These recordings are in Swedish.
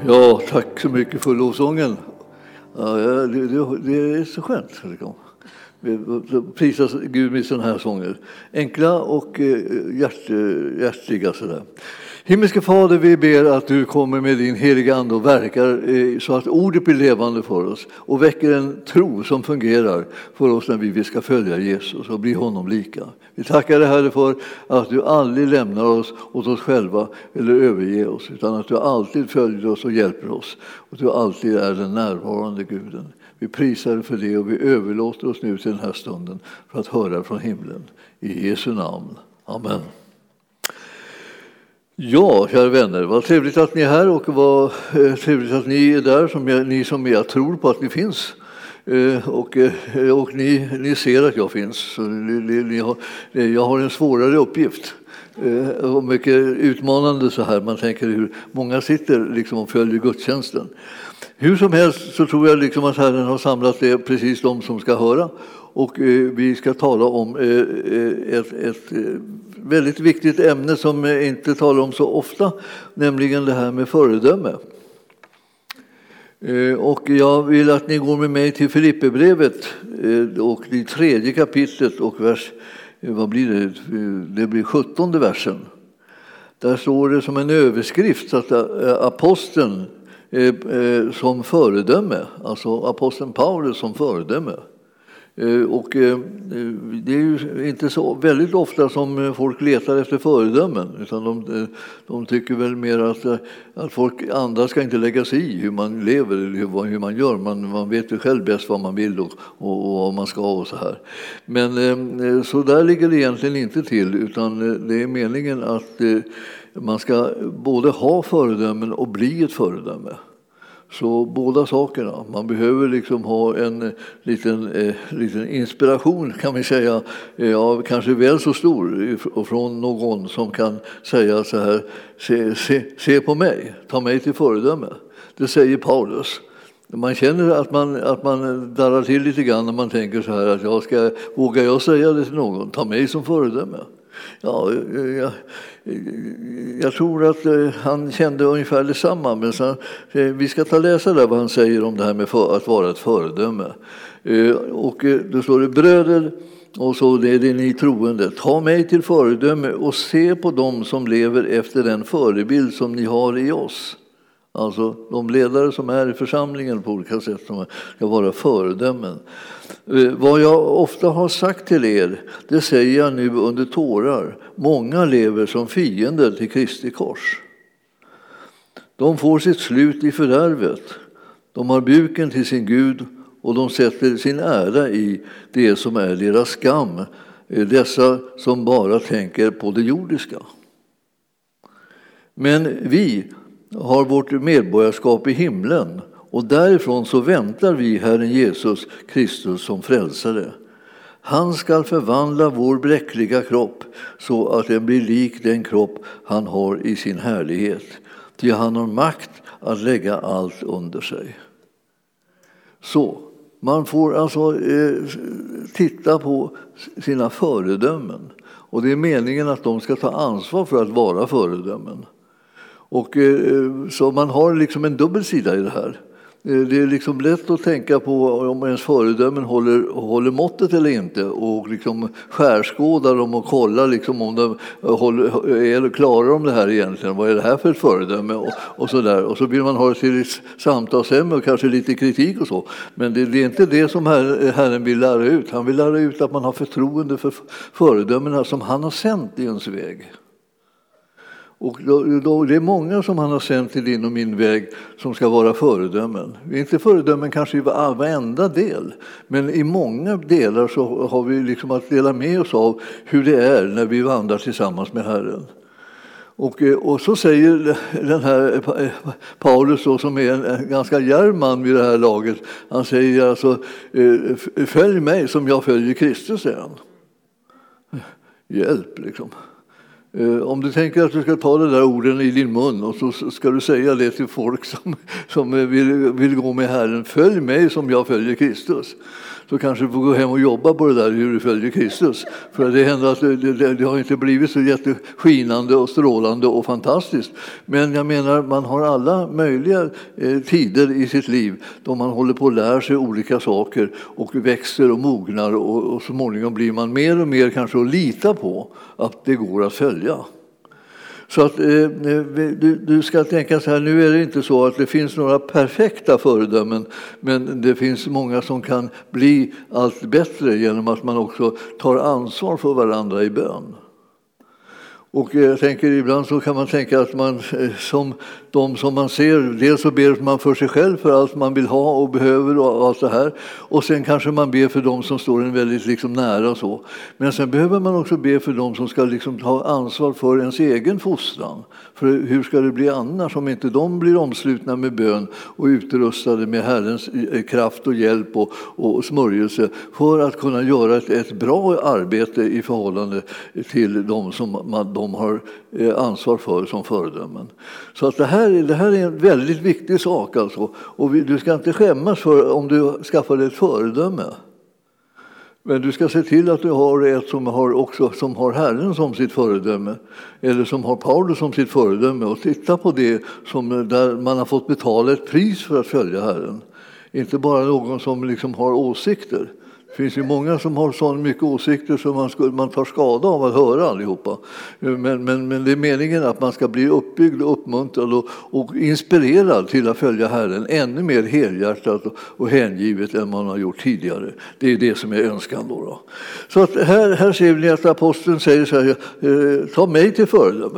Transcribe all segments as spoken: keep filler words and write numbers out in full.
Ja, tack så mycket för lovsången. Ja, det, det, det är så skönt. Prisas Gud med sådana här sånger. Enkla och hjärt, hjärtliga sådär. Himmelske Fader, vi ber att du kommer med din heliga ande och verkar så att ordet blir levande för oss och väcker en tro som fungerar för oss när vi ska följa Jesus och bli honom lika. Vi tackar dig, Herre, för att du aldrig lämnar oss åt oss själva eller överger oss, utan att du alltid följer oss och hjälper oss och du alltid är den närvarande Guden. Vi prisar dig för det och vi överlåter oss nu till den här stunden för att höra från himlen. I Jesu namn. Amen. Ja, kära vänner, vad trevligt att ni är här och vad trevligt att ni är där, som jag, ni som jag tror på att ni finns. Och, och ni, ni ser att jag finns. Så ni, ni har, jag har en svårare uppgift. Och mycket utmanande så här. Man tänker hur många sitter liksom och följer gudstjänsten. Hur som helst så tror jag liksom att Herren har samlat det precis de som ska höra. Och eh, vi ska tala om eh, ett, ett väldigt viktigt ämne som inte talar om så ofta, nämligen det här med föredöme. Eh, och jag vill att ni går med mig till Filipperbrevet eh, och det tredje kapitlet och vers, eh, vad blir det? Det blir sjuttonde versen. Där står det som en överskrift att eh, aposteln eh, eh, som föredöme, alltså aposteln Paulus som föredöme. Och det är ju inte så väldigt ofta som folk letar efter föredömen, utan de, de tycker väl mer att, att folk andra ska inte lägga sig i hur man lever eller hur, hur man gör. Man, man vet ju själv bäst vad man vill och, och, och vad man ska och så här. Men så där ligger det egentligen inte till, utan det är meningen att man ska både ha föredömen och bli ett föredöme. Så båda sakerna. Man behöver liksom ha en liten, eh, liten inspiration, kan vi säga, ja, kanske väl så stor från någon som kan säga så här: se, se, se på mig, ta mig till föredöme. Det säger Paulus. Man känner att man, att man darrar till lite grann när man tänker så här att jag ska, vågar jag säga det till någon, ta mig som föredöme. Ja, jag, jag tror att han kände ungefär detsamma, men så, vi ska ta läsa där vad han säger om det här med för, att vara ett föredöme. Och då står det: bröder, och så det är det ni troende, ta mig till föredöme och se på dem som lever efter den förebild som ni har i oss. Alltså de ledare som är i församlingen på olika sätt som ska vara föredömen. Vad jag ofta har sagt till er, det säger jag nu under tårar. Många lever som fiender till Kristi kors. De får sitt slut i fördärvet. De har buken till sin Gud och de sätter sin ära i det som är deras skam. Dessa som bara tänker på det jordiska. Men vi har vårt medborgarskap i himlen och därifrån så väntar vi Herren Jesus Kristus som frälsare. Han ska förvandla vår bräckliga kropp så att den blir lik den kropp han har i sin härlighet. Ty han har makt att lägga allt under sig. Så man får alltså eh, titta på sina föredömen. Och det är meningen att de ska ta ansvar för att vara föredömen. Och så man har liksom en dubbelsida i det här. Det är liksom lätt att tänka på om ens föredömen håller, håller måttet eller inte och liksom skärskåda dem och kolla liksom om de håller, eller klarar de det här egentligen. Vad är det här för ett föredöme? Och, och, så där. Och så vill man ha det till samtalsämne och kanske lite kritik och så. Men det, det är inte det som her, Herren vill lära ut. Han vill lära ut att man har förtroende för föredömena som han har sänt i ens väg. Och då, då, det är många som han har sänt till din och min väg som ska vara föredömen. Vi är inte föredömen kanske i varenda del, men i många delar så har vi liksom att dela med oss av hur det är när vi vandrar tillsammans med Herren. Och, och så säger den här Paulus då, som är en ganska djärv man vid det här laget, han säger alltså: följ mig som jag följer Kristus, säger han. Hjälp liksom. Om du tänker att du ska ta de där orden i din mun och så ska du säga det till folk som, som vill, vill gå med Herren. Följ mig som jag följer Kristus. så kanske du får gå hem och jobba på det där hur du följer Kristus. För det händer att det, det, det har inte blivit så jätteskinande och strålande och fantastiskt. Men jag menar, man har alla möjliga eh, tider i sitt liv då man håller på att lära sig olika saker och växer och mognar och, och så småningom blir man mer och mer kanske att lita på att det går att följa. Så att eh, du, du ska tänka så här, nu är det inte så att det finns några perfekta föredömen, men det finns många som kan bli allt bättre genom att man också tar ansvar för varandra i bön. Och jag tänker, ibland så kan man tänka att man som de som man ser, dels så ber man för sig själv för allt man vill ha och behöver och allt det här. Och sen kanske man ber för dem som står en väldigt liksom nära och så. Men sen behöver man också be för dem som ska liksom ta ansvar för ens egen fostran. För hur ska det bli annars om inte de blir omslutna med bön och utrustade med Herrens kraft och hjälp och, och smörjelse för att kunna göra ett, ett bra arbete i förhållande till de som man, de har ansvar för som föredömen. Så att det här, det här är en väldigt viktig sak alltså. Och vi, du ska inte skämmas för om du skaffar dig ett föredöme. Men du ska se till att du har ett som har, också, som har Herren som sitt föredöme. Eller som har Paulus som sitt föredöme. Och titta på det som där man har fått betala ett pris för att följa Herren. Inte bara någon som liksom har åsikter. Det finns ju många som har så mycket åsikter som man, skulle, man tar skada av att höra allihopa. Men, men, men det är meningen att man ska bli uppbyggd och uppmuntrad och, och inspirerad till att följa Herren ännu mer helhjärtat och, och hängivet än man har gjort tidigare. Det är det som är önskan då. då. Så att här, här ser vi att aposteln säger så här, ta mig till föredöme.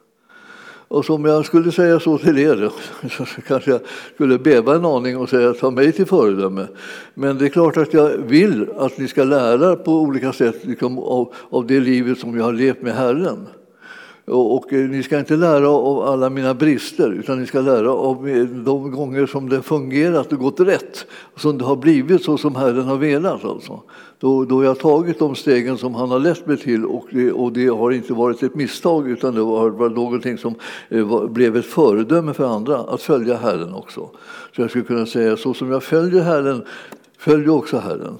Och som jag skulle säga så till er så kanske jag skulle bäva en aning och säga ta mig till föredöme. Men det är klart att jag vill att ni ska lära på olika sätt liksom, av, av det livet som jag har levt med Herren. Och, och ni ska inte lära av alla mina brister utan ni ska lära av de gånger som det fungerat och gått rätt. Som det har blivit så som Herren har velat alltså. Då, då jag har tagit de stegen som han har lett mig till och det, och det har inte varit ett misstag utan det var, var någonting som eh, var, blev ett föredöme för andra att följa Herren också. Så jag skulle kunna säga så som jag följer Herren, följer också Herren.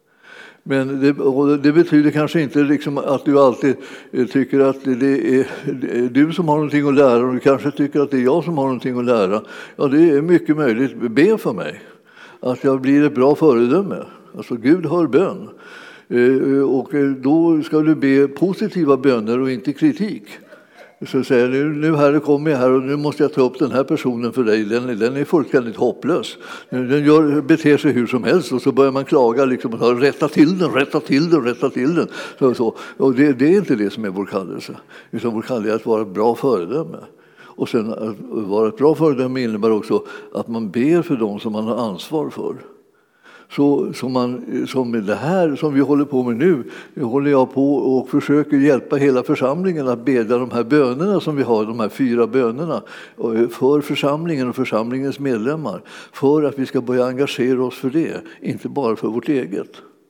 Men det, det betyder kanske inte liksom att du alltid tycker att det är du som har någonting att lära och du kanske tycker att det är jag som har någonting att lära. Ja, det är mycket möjligt. Be för mig att jag blir ett bra föredöme. Alltså Gud hör bön. Och då ska du be positiva böner och inte kritik. Så säger nu, nu här kommer jag här och nu måste jag ta upp den här personen för dig. Den, den är fullständigt hopplös. Den gör, beter sig hur som helst och så börjar man klaga liksom och rätta till den, rätta till den, rätta till den. Så, så. Och det, det är inte det som är vår kallelse. Utan vår kallelse är att vara ett bra föredöme. Och sen att vara ett bra föredöme innebär också att man ber för dem som man har ansvar för. Så som, man, som det här som vi håller på med nu, håller jag på och försöker hjälpa hela församlingen att bedja de här bönerna som vi har, de här fyra bönerna för församlingen och församlingens medlemmar. För att vi ska börja engagera oss för det, inte bara för vårt eget.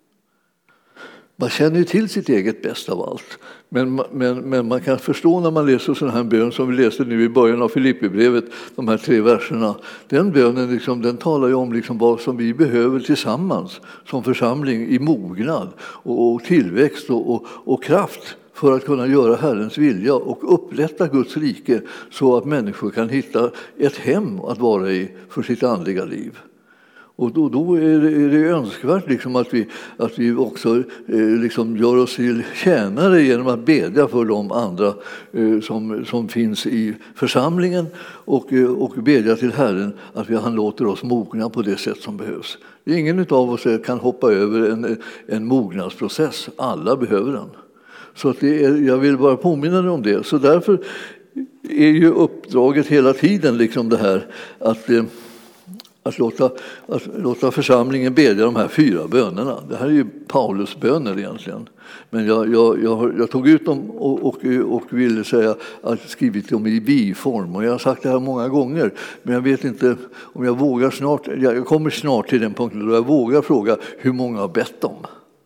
Man känner ju till sitt eget bäst av allt. Men, men, men man kan förstå när man läser sån här bön som vi läste nu i början av Filippibrevet, de här tre verserna. Den bönen liksom, den talar ju om liksom vad som vi behöver tillsammans som församling i mognad och, och tillväxt och, och, och kraft för att kunna göra Herrens vilja och upprätta Guds rike så att människor kan hitta ett hem att vara i för sitt andliga liv. Och då, då är, det, är det önskvärt liksom att, vi, att vi också eh, liksom gör oss till tjänare genom att bedja för de andra eh, som, som finns i församlingen och, eh, och bedja till Herren att vi, han låter oss mogna på det sätt som behövs. Ingen av oss kan hoppa över en, en mognadsprocess. Alla behöver den. Så att det är, jag vill bara påminna dig om det. Så därför är ju uppdraget hela tiden liksom det här att... Eh, Att låta, att låta församlingen bedja de här fyra bönerna. Det här är ju Paulus böner egentligen. Men jag, jag, jag, jag tog ut dem och, och, och ville säga att skrivit dem i vi-form. Och jag har sagt det här många gånger. Men jag vet inte om jag vågar snart. Jag kommer snart till den punkten då jag vågar fråga hur många har bett dem.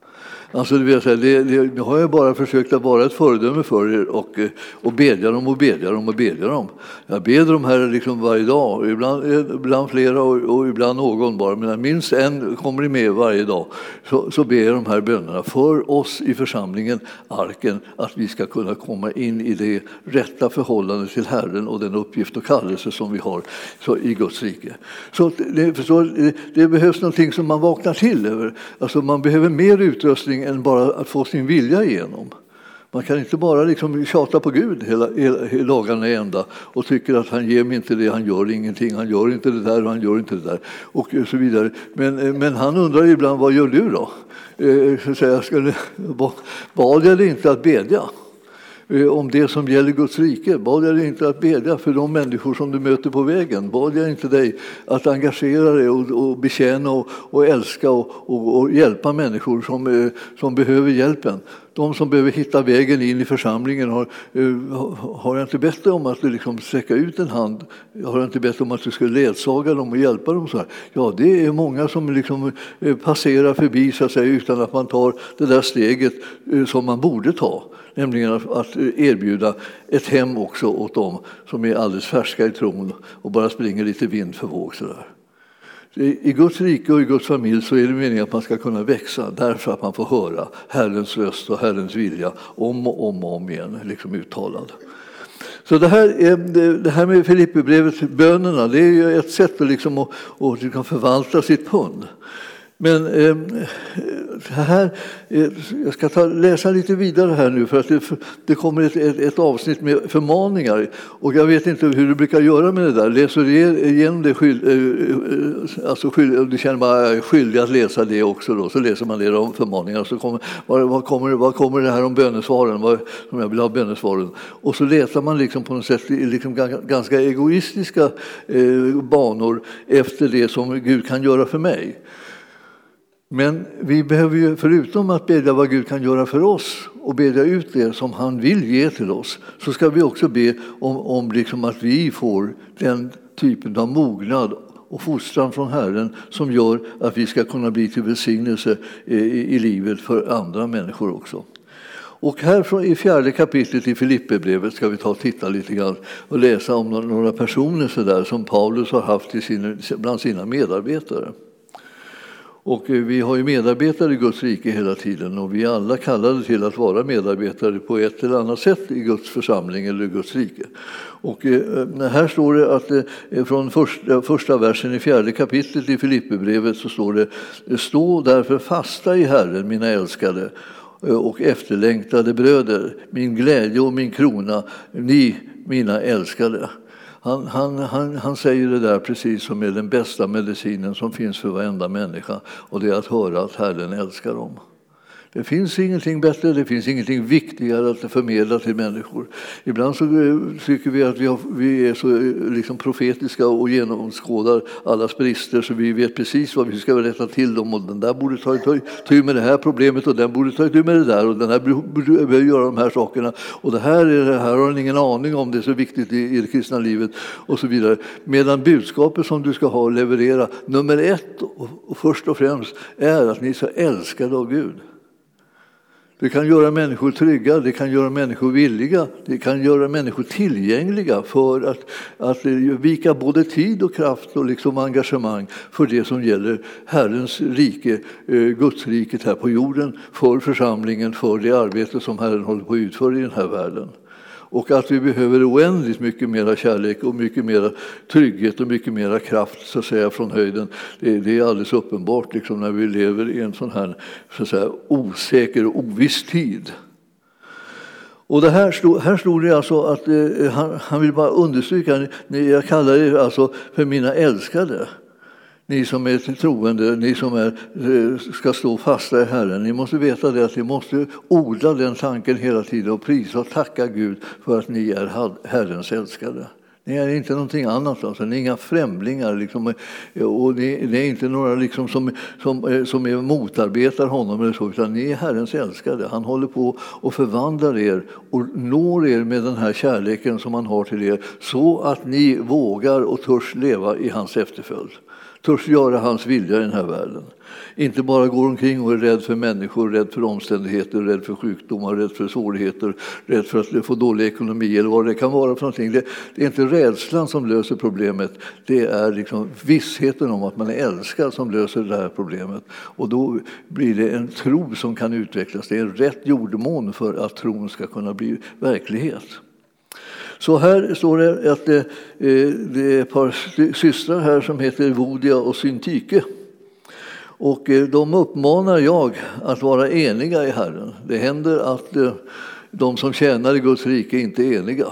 Alltså, det, vill säga, det, det, nu har jag bara försökt att vara ett föredöme för er och, och bedja dem och bedja dem och bedja dem. Jag ber dem här liksom varje dag, ibland, ibland flera och, och ibland någon bara, men minst en kommer med varje dag. Så, så ber jag de här bönerna för oss i församlingen, arken, att vi ska kunna komma in i det rätta förhållandet till Herren och den uppgift och kallelse som vi har så, i Guds rike. Så det, förstår, det, det behövs någonting som man vaknar till över. Alltså man behöver mer utrustning än bara att få sin vilja igenom. Man kan inte bara liksom tjata på Gud hela, hela, hela dagarna ända och tycker att han ger mig inte det, han gör ingenting, han gör inte det där och han gör inte det där och så vidare. Men, men han undrar ibland, vad gör du då? Eh, så jag skulle, bad jag dig inte att bedja om det som gäller Guds rike? Bad jag dig inte att bedja för de människor som du möter på vägen? Bad jag inte dig att engagera dig och, och betjäna och, och älska och, och, och hjälpa människor som, som behöver hjälpen? De som behöver hitta vägen in i församlingen, har, har jag inte bett om att du liksom sträcka ut en hand? Har jag inte bett om att du ska ledsaga dem och hjälpa dem? Så här? Ja, det är många som liksom passerar förbi så att säga, utan att man tar det där steget som man borde ta. Nämligen att erbjuda ett hem också åt dem som är alldeles färska i tron och bara springer lite vind för våg. Så där. I Guds rike och i Guds familj så är det meningen att man ska kunna växa därför att man får höra Herrens röst och Herrens vilja om och om och om igen, liksom uttalad. Så det här, är, det här med Filipperbrevet, bönerna, det är ju ett sätt att, liksom att, att liksom förvalta sitt pund. Men eh, här, eh, jag ska ta, läsa lite vidare här nu, för att det, det kommer ett, ett, ett avsnitt med förmaningar. Och jag vet inte hur du brukar göra med det där. Läser du igenom det, skyld, eh, alltså skyld, du känner bara skyldig att läsa det också då, så läser man det om förmaningar. Så kommer, vad, vad, kommer, vad kommer det här om bönesvaren, vad, som jag vill ha bönesvaren. Och så letar man liksom på något sätt liksom ganska egoistiska eh, banor efter det som Gud kan göra för mig. Men vi behöver ju, förutom att bedja vad Gud kan göra för oss och bedja ut det som han vill ge till oss, så ska vi också be om, om liksom att vi får den typen av mognad och fostran från Herren som gör att vi ska kunna bli till välsignelse i, i livet för andra människor också. Och här i fjärde kapitlet i Filipperbrevet ska vi ta och titta lite grann och läsa om några personer så där, som Paulus har haft i sin, bland sina medarbetare. Och vi har ju medarbetare i Guds rike hela tiden, och vi är alla kallade till att vara medarbetare på ett eller annat sätt i Guds församling eller Guds rike. Och här står det att från första, första versen i fjärde kapitlet i Filipperbrevet så står det: stå därför fasta i Herren, mina älskade och efterlängtade bröder, min glädje och min krona, ni mina älskade. Han, han, han, han säger det där precis som är den bästa medicinen som finns för varenda människa, och det är att höra att Herren älskar dem. Det finns ingenting bättre, det finns ingenting viktigare att förmedla till människor. Ibland så tycker vi att vi, har, vi är så liksom profetiska och genomskådar allas brister, så vi vet precis vad vi ska rätta till dem, och den där borde ta tur med det här problemet och den borde ta tur med det där, och den här borde göra de här sakerna, och det här, är det här har ingen aning om, det är så viktigt i, i det kristna livet och så vidare. Medan budskapet som du ska ha och leverera, nummer ett och, och först och främst, är att ni är så älskade av Gud. Det kan göra människor trygga, det kan göra människor villiga, det kan göra människor tillgängliga för att, att vika både tid och kraft och liksom engagemang för det som gäller Herrens rike, Guds riket här på jorden, för församlingen, för det arbete som Herren håller på att utföra i den här världen. Och att vi behöver oändligt mycket mera kärlek och mycket mera trygghet och mycket mera kraft, så att säga, från höjden. Det, det är alldeles uppenbart liksom, när vi lever i en sån här, så att säga, osäker och oviss tid. Och det här stod, här stod det alltså att eh, han, han vill bara understryka, jag kallar er alltså för mina älskade. Ni som är troende, ni som är, ska stå fasta i Herren, ni måste veta det, att ni måste odla den tanken hela tiden och prisa och tacka Gud för att ni är Herrens älskade. Ni är inte någonting annat, alltså. Ni är inga främlingar liksom, och ni, ni är inte några liksom, som, som, som är motarbetar honom eller så, utan ni är Herrens älskade. Han håller på och förvandlar er och når er med den här kärleken som han har till er, så att ni vågar och törs leva i hans efterföljd. törs göra hans vilja i den här världen. Inte bara går omkring och är rädd för människor, rädd för omständigheter, rädd för sjukdomar, rädd för svårigheter, rädd för att få dålig ekonomi eller vad det kan vara för någonting. Det, det är inte rädslan som löser problemet, det är liksom vissheten om att man är älskad som löser det här problemet. Och då blir det en tro som kan utvecklas. Det är en rätt jordmån för att tron ska kunna bli verklighet. Så här står det att det, det är ett par systrar här som heter Vodia och Syntyke. Och de uppmanar jag att vara eniga i Herren. Det händer att de som tjänar i Guds rike inte är eniga.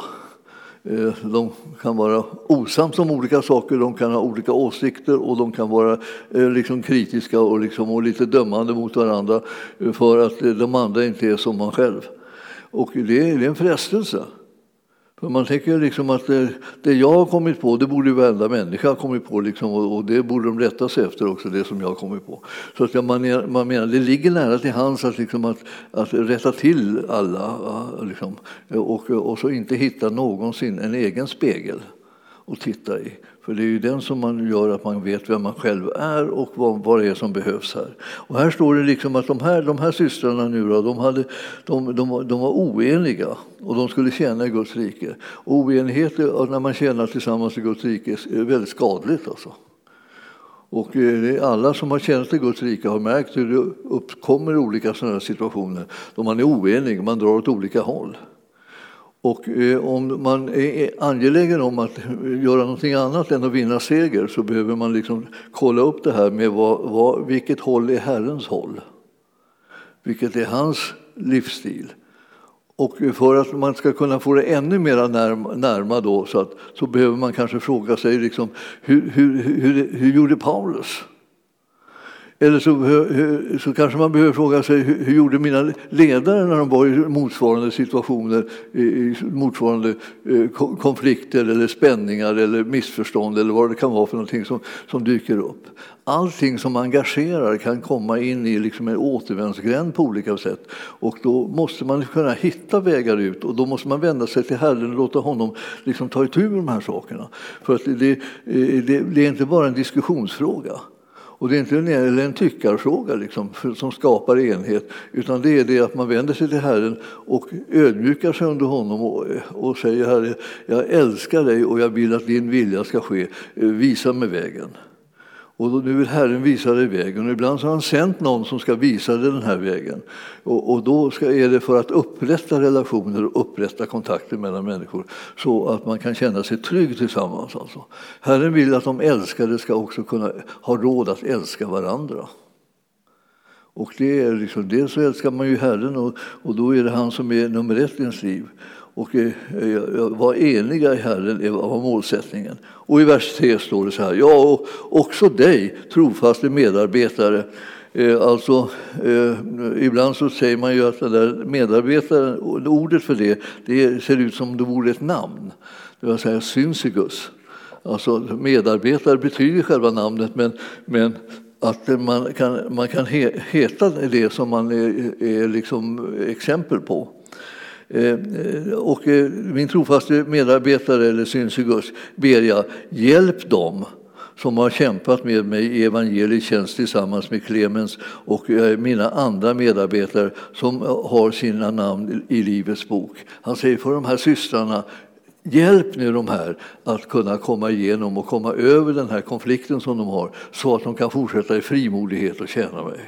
De kan vara osams om olika saker, de kan ha olika åsikter och de kan vara liksom kritiska och, liksom, och lite dömande mot varandra för att de andra inte är som man själv. Och det är en frestelse. För man tänker liksom att det, det jag har kommit på, det borde varenda människa ha kommit på liksom, och, och det borde de rätta sig efter också, det som jag har kommit på. Så att man, man menar, det ligger nära till hands att, liksom, att, att rätta till alla liksom, och, och så inte hitta någonsin en egen spegel att titta i. För det är ju den som man gör att man vet vem man själv är och vad, vad det är som behövs här. Och här står det liksom att de här, de här systrarna nu då, de, hade, de, de, de var oeniga och de skulle tjäna i Guds rike. Och oenighet när man tjänar tillsammans i Guds rike är väldigt skadligt alltså. Och alla som har tjänat i Guds rike har märkt hur det uppkommer olika sådana här situationer då man är oenig, man drar åt olika håll. Och eh, om man är angelägen om att göra någonting annat än att vinna seger så behöver man liksom kolla upp det här med vad, vad, vilket håll är Herrens håll. Vilket är hans livsstil. Och för att man ska kunna få det ännu mer närma, närma då så, att, så behöver man kanske fråga sig liksom, hur, hur, hur, hur gjorde Paulus? Eller så, så kanske man behöver fråga sig hur, hur gjorde mina ledare när de var i motsvarande situationer, i motsvarande konflikter eller spänningar eller missförstånd eller vad det kan vara för någonting som, som dyker upp. Allting som engagerar kan komma in i liksom en återvändsgränd på olika sätt och då måste man kunna hitta vägar ut och då måste man vända sig till Herren och låta honom liksom ta itu med de här sakerna. För att det, det, det är inte bara en diskussionsfråga. Och det är inte en, en tyckarfråga liksom, som skapar enhet, utan det är det att man vänder sig till Herren och ödmjukar sig under honom och, och säger Herre, jag älskar dig och jag vill att din vilja ska ske, visa mig vägen. Och då, nu vill Herren visa dig vägen och ibland så har han sänt någon som ska visa dig den här vägen. Och, och då ska, är det för att upprätta relationer och upprätta kontakter mellan människor så att man kan känna sig trygg tillsammans. Alltså. Herren vill att de älskade ska också kunna ha råd att älska varandra. Och det är liksom, dels så älskar man ju Herren och, och då är det han som är nummer ett i ens liv. Och eh, var eniga i Herren var målsättningen. Och i vers tre står det så här. Ja, och också dig, trofaste medarbetare. Eh, alltså, eh, ibland så säger man ju att den där medarbetaren, ordet för det, det ser ut som det vore ett namn. Det vill säga synsigus. Alltså medarbetare betyder själva namnet, men, men att man kan, man kan he, heta det som man är, är liksom exempel på. Och min trofaste medarbetare eller synsigus ber jag, hjälp dem som har kämpat med mig i evangeliets tjänst tillsammans med Clemens och mina andra medarbetare som har sina namn i Livets bok. Han säger för de här systrarna, hjälp nu de här att kunna komma igenom och komma över den här konflikten som de har så att de kan fortsätta i frimodighet och tjäna mig.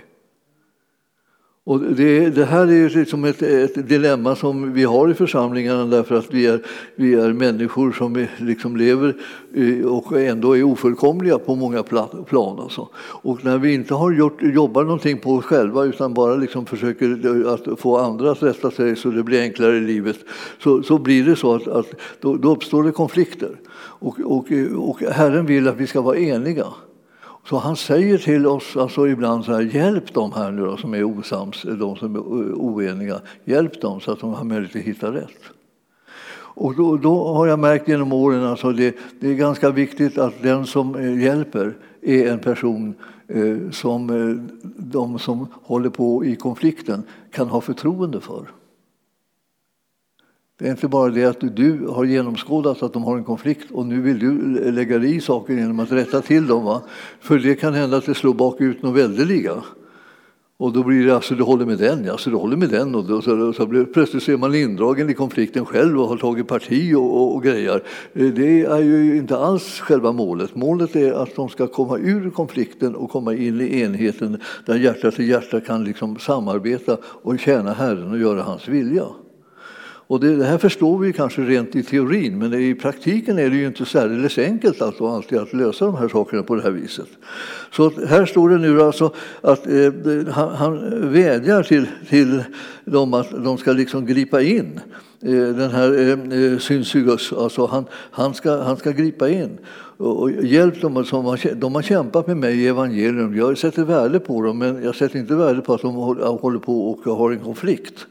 Och det, det här är liksom ett, ett dilemma som vi har i församlingarna därför att vi är, vi är människor som liksom lever och ändå är ofullkomliga på många plan. Alltså. Och när vi inte har gjort, jobbat någonting på oss själva utan bara liksom försöker att få andra att rätta sig så det blir enklare i livet så, så blir det så att, att då, då uppstår det konflikter. Och, och, och Herren vill att vi ska vara eniga. Så han säger till oss alltså ibland så här, hjälp dem här nu då, som är osams, de som är oeniga, hjälp dem så att de har möjlighet att hitta rätt. Och då, då har jag märkt genom åren att alltså det, det är ganska viktigt att den som hjälper är en person eh, som eh, de som håller på i konflikten kan ha förtroende för. Det är inte bara det att du har genomskådat att de har en konflikt och nu vill du lägga dig i saker genom att rätta till dem. Va? För det kan hända att det slår bakut något väldeliga. Och då blir det alltså du håller med den, ja, så du håller med den och, då, så, så blir, plötsligt ser man indragen i konflikten själv och har tagit parti och, och, och grejer. Det är ju inte alls själva målet. Målet är att de ska komma ur konflikten och komma in i enheten där hjärta till hjärta kan liksom samarbeta och tjäna Herren och göra hans vilja. Och det, det här förstår vi kanske rent i teorin, men i praktiken är det ju inte särdeles enkelt alltså, alltid att lösa de här sakerna på det här viset. Så här står det nu alltså att eh, han, han vädjar till, till dem att de ska liksom gripa in. Eh, den här eh, synsygus, alltså han, han, ska, han ska gripa in och, och hjälp dem som har, de har kämpat med mig i evangelium. Jag sätter värde på dem, men jag sätter inte värde på att de håller på och har en konflikt.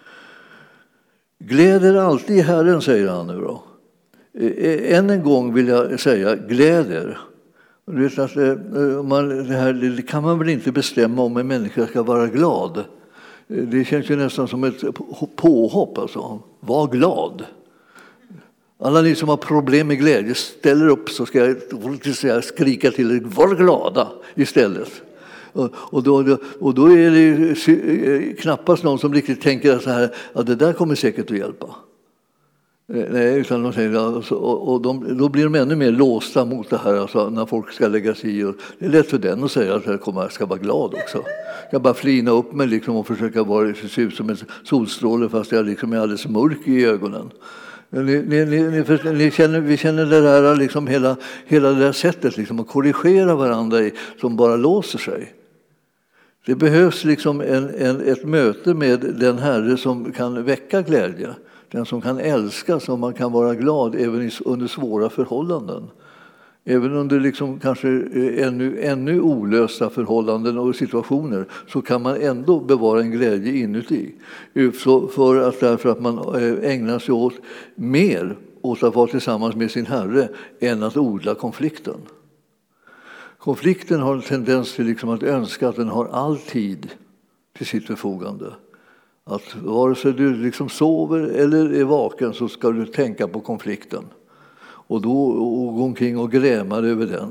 Gläder alltid i Herren, säger han nu då. Än en gång vill jag säga gläder. Det här det kan man väl inte bestämma om en människa ska vara glad. Det känns ju nästan som ett påhopp. Alltså. Var glad. Alla ni som har problem med glädje ställer upp så ska jag skrika till er, var glada istället. Och då, och då är det knappast någon som riktigt tänker så här, att det där kommer säkert att hjälpa. Nej, utan de säger, och de, då blir de ännu mer låsta mot det här alltså, när folk ska lägga sig i. Och det är lätt för den att säga att jag kommer, ska vara glad också. Jag bara flina upp mig liksom och försöka vara, se ut som en solstråle fast jag liksom är alldeles mörk i ögonen. Ni, ni, ni, ni känner, vi känner det där, liksom hela, hela det där sättet liksom, att korrigera varandra i, som bara låser sig. Det behövs liksom en, en, ett möte med den Herre som kan väcka glädje. Den som kan älska, som man kan vara glad även under svåra förhållanden. Även under liksom kanske ännu, ännu olösta förhållanden och situationer så kan man ändå bevara en glädje inuti. Så för att, därför att man ägnar sig åt mer åt att vara tillsammans med sin Herre än att odla konflikten. Konflikten har en tendens till liksom att önska att den har all tid till sitt förfogande. Att vare sig du liksom sover eller är vaken så ska du tänka på konflikten. Och då och gå omkring och gräma över den.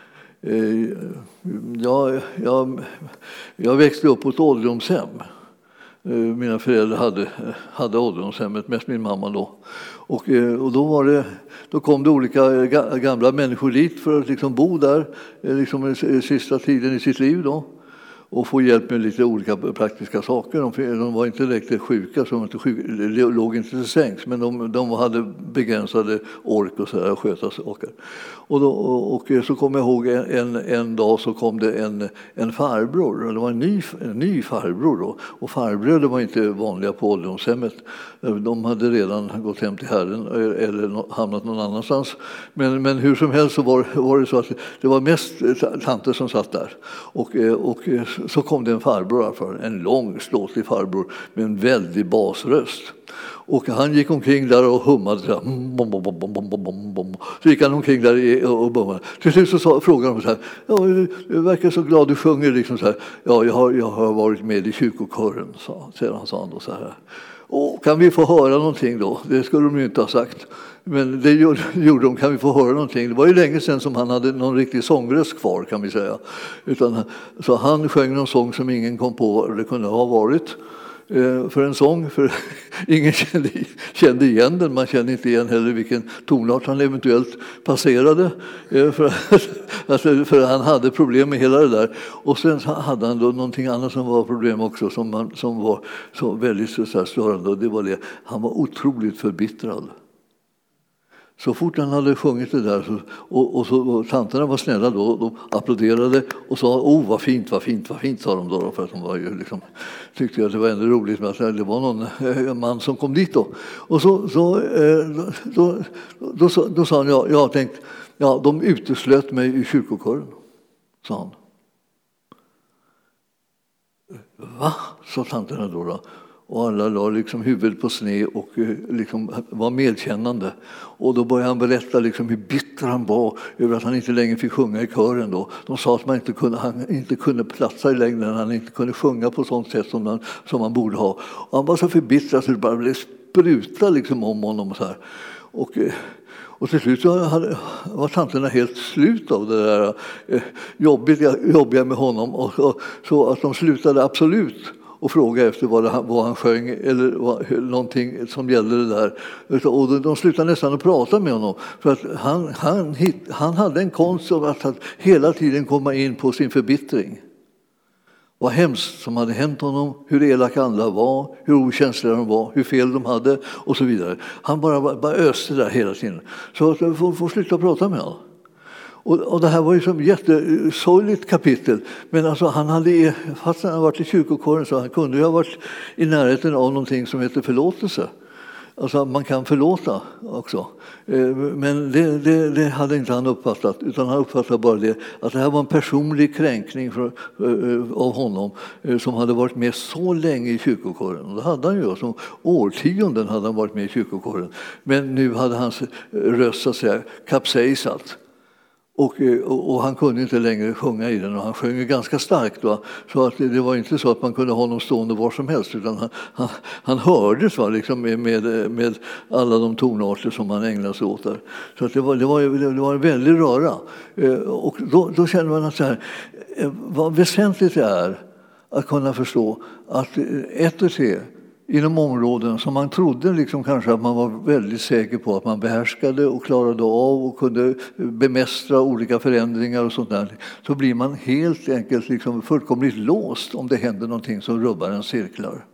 Jag, jag, jag växte upp på ett ålderdomshem. Mina föräldrar hade, hade ålderdomshemmet, mest min mamma då. Och, och då, var det, då kom det olika gamla människor dit för att liksom bo där liksom sista tiden i sitt liv då. Och få hjälp med lite olika praktiska saker. De, de var inte direkt sjuka, så de, inte sjuk, de låg inte till sängs, men de, de hade begränsade ork och så där, sköta saker. Och, då, och, och så kommer jag ihåg en, en, en dag så kom det en, en farbror, det var en ny, en ny farbror då. Och farbröder var inte vanliga på ålderdomshemmet. De hade redan gått hem till Herren eller hamnat någon annanstans. Men, men hur som helst så var, var det så att det var mest tanter som satt där. Och, och så kom det en farbror, en lång ståtlig farbror med en väldig basröst. Och han gick omkring där och hummade så här, bom, bom, bom, bom, bom, bom, bom. Så gick han omkring där och bummade. Till slut så sa, frågade de så här, ja, du verkar så glad du sjunger liksom så här. Ja, jag har, jag har varit med i kyrkokören, sa, sedan sa han då så här. Och kan vi få höra någonting då? Det skulle de ju inte ha sagt. Men det gjorde de, kan vi få höra någonting? Det var ju länge sedan som han hade någon riktig sångröst kvar, kan vi säga. Utan, så han sjöng någon sång som ingen kom på vad det kunde ha varit. För en sång, för ingen kände, kände igen den. Man kände inte igen heller vilken tonart han eventuellt passerade. För, alltså, för han hade problem med hela det där. Och sen hade han då någonting annat som var problem också, som, man, som var så väldigt så här störande. Och det var det. Han var otroligt förbittrad. Så fort han hade sjungit det där så, och, och, så, och tanterna var snälla då, de applåderade och sa, åh vad fint, vad fint, vad fint, sa de då, för att de var ju liksom, tyckte att det var ändå roligt med att det var någon en man som kom dit då. Och så, så då, då, då, då, då sa han, ja, jag har tänkt, ja, de uteslöt mig ur kyrkokören, sa han. Va? Sa tanterna då då. Och alla la liksom huvudet på sned och liksom var medkännande. Och då började han berätta liksom hur bitter han var över att han inte längre fick sjunga i kören då. De sa att man inte kunde, han inte kunde platsa i längden, han inte kunde sjunga på sånt sätt som man, som man borde ha. Och han var så förbittrad så det bara blev spruta liksom om honom och så här. Och, och till slut så hade, var tanterna helt slut av det där eh, jobbiga, jobbiga med honom. Och, och, så att de slutade absolut och fråga efter vad, det, vad han sjöng eller vad, någonting som gällde det där. Och de, de slutade nästan att prata med honom. För att han, han, han hade en konst av att, att hela tiden komma in på sin förbittring. Vad hemskt som hade hänt honom, hur elaka andra var, hur okänsliga de var, hur fel de hade och så vidare. Han bara, bara öste där hela tiden. Så att jag får, får sluta prata med honom. Och, och det här var ju som ett jättesorgligt kapitel. Men alltså han hade, fast han hade varit i kyrkokåren så han kunde ju ha varit i närheten av någonting som heter förlåtelse. Alltså man kan förlåta också. Men det, det, det hade inte han uppfattat, utan han uppfattade bara det att det här var en personlig kränkning för, av honom som hade varit med så länge i kyrkokåren. Och det hade han ju, som årtionden hade han varit med i kyrkokåren. Men nu hade hans röst så att säga kapsejsat. Och, och, och han kunde inte längre sjunga i den och han sjöng ganska starkt. Va? Så att det, det var inte så att man kunde ha honom stående var som helst utan han, han, han hördes va? Liksom med, med, med alla de tonarter som han ägnade sig åt där. Så att det, var, det, var, det var en väldig röra. Och då, då känner man att så här, vad väsentligt det är att kunna förstå att ett och tre inom områden som man trodde liksom kanske att man var väldigt säker på att man behärskade och klarade av och kunde bemästra olika förändringar och sånt där, så blir man helt enkelt liksom fullkomligt låst om det händer någonting som rubbar en cirklar.